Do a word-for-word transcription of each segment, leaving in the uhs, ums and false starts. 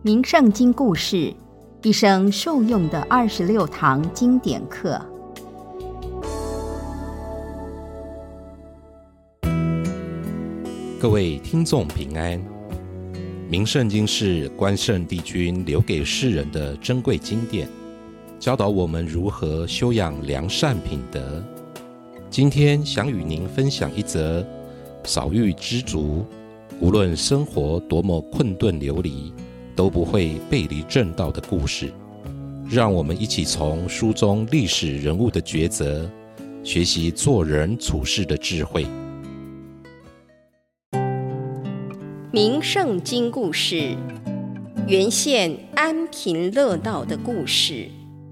名圣经故事，一生受用的二十六堂经典课。 各位听众平安。名圣经是关圣帝君留给世人的珍贵经典，教导我们如何修养良善品德。今天想与您分享一则少欲知足，无论生活多么困顿流离，都不会背离正道的故事。让我们一起从书中历史人物的抉择，学习做人处事的智慧。 名圣经故事，原县安贫乐道的故事。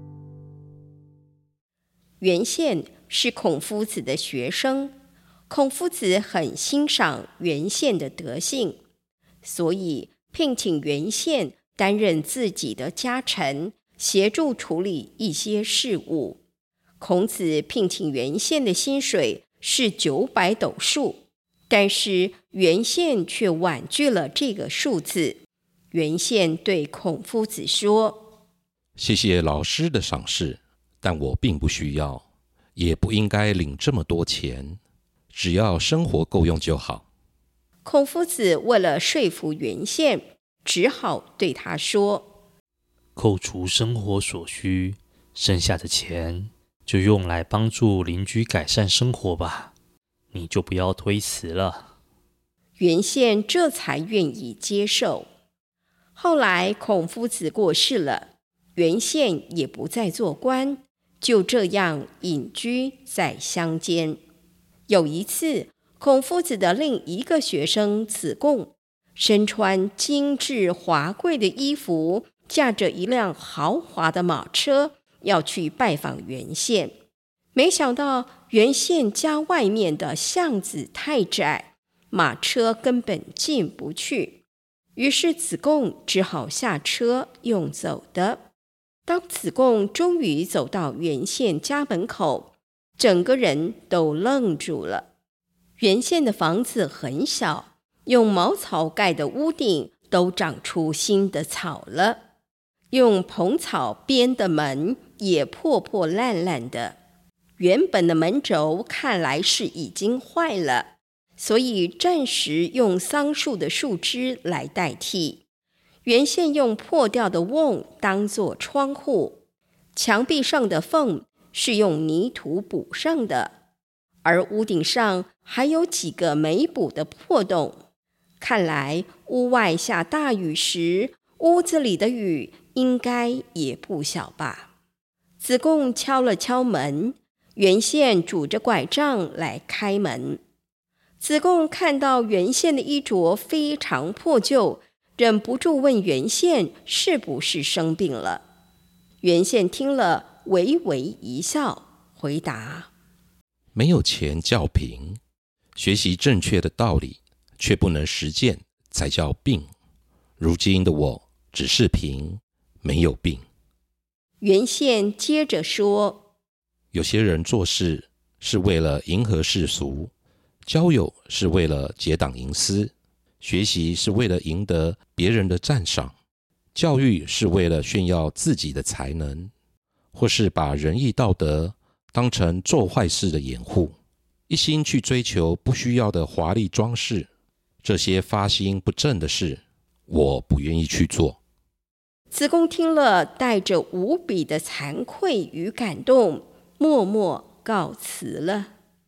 原县是孔夫子的学生，孔夫子很欣赏原县的德性，所以聘请原县担任自己的家臣，协助处理一些事务。孔子聘请原县的薪水是九百斗数，但是原县却婉拒了这个数字。原县对孔夫子说： 谢谢老师的赏识，但我并不需要，也不应该领这么多钱，只要生活够用就好。 孔夫子为了说服原县，只好对他说： 扣除生活所需，剩下的钱就用来帮助邻居改善生活吧，你就不要推辞了。 原县这才愿意接受。后来孔夫子过世了，原县也不再做官，就这样隐居在乡间。有一次，孔夫子的另一个学生子贡，身穿精致华贵的衣服，驾着一辆豪华的马车，要去拜访原县。没想到原县家外面的巷子太窄，马车根本进不去，于是子贡只好下车用走的。当子贡终于走到原县家门口，整个人都愣住了。原县的房子很小，用茅草盖的屋顶都长出新的草了，用蓬草编的门也破破烂烂的。原本的门轴看来是已经坏了，所以暂时用桑树的树枝来代替。原县用破掉的瓮当作窗户，墙壁上的缝是用泥土补上的，而屋顶上还有几个没补的破洞。看来屋外下大雨时，屋子里的雨应该也不小吧。子贡敲了敲门，原县拄着拐杖来开门。子贡看到原县的衣着非常破旧，忍不住问原县是不是生病了。原县听了微微一笑，回答： 没有钱叫贫，学习正确的道理却不能实践才叫病。如今的我只是贫，没有病。 原县接着说： 有些人做事是为了迎合世俗，交友是为了结党营私，学习是为了赢得别人的赞赏，教育是为了炫耀自己的才能，或是把仁义道德当成做坏事的掩护，一心去追求不需要的华丽装饰。这些发心不正的事，我不愿意去做。 子贡听了，带着无比的惭愧与感动，默默告辞了。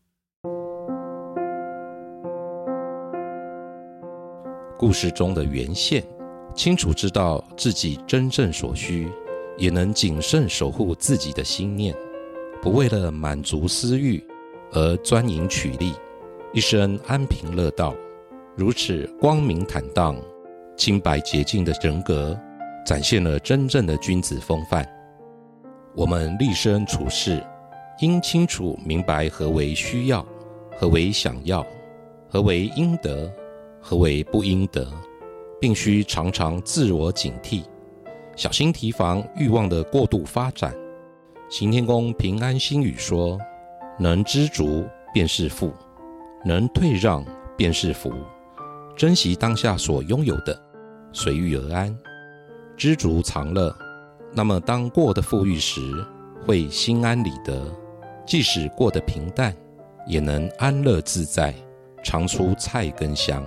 故事中的原县清楚知道自己真正所需，也能谨慎守护自己的心念，不为了满足私欲而专营取利，一生安贫乐道。如此光明坦荡、清白洁净的人格，展现了真正的君子风范。我们立身处世，应清楚明白何为需要，何为想要，何为应得，何为不应得，并需常常自我警惕，小心提防欲望的过度发展。行天宫平安心语说：能知足便是富，能退让便是福。珍惜当下所拥有的，随遇而安。 知足常乐，那么当过得富裕时，会心安理得，即使过得平淡，也能安乐自在，尝出菜根香。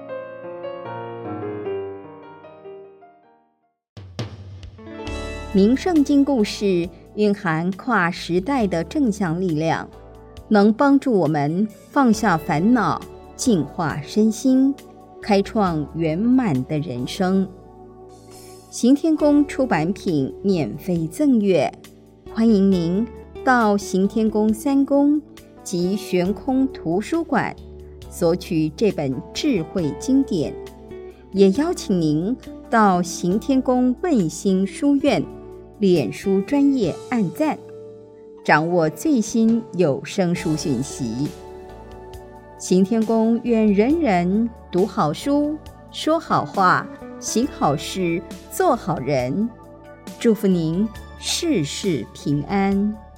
名圣经故事蕴含跨时代的正向力量，能帮助我们放下烦恼，净化身心，开创圆满的人生。行天宫出版品免费赠阅，欢迎您到行天宫三宫及悬空图书馆索取这本智慧经典，也邀请您到行天宫问心书院脸书专页按赞，掌握最新有声书讯息。行天宫愿人人读好书，说好话，行好事，做好人。祝福您事事平安。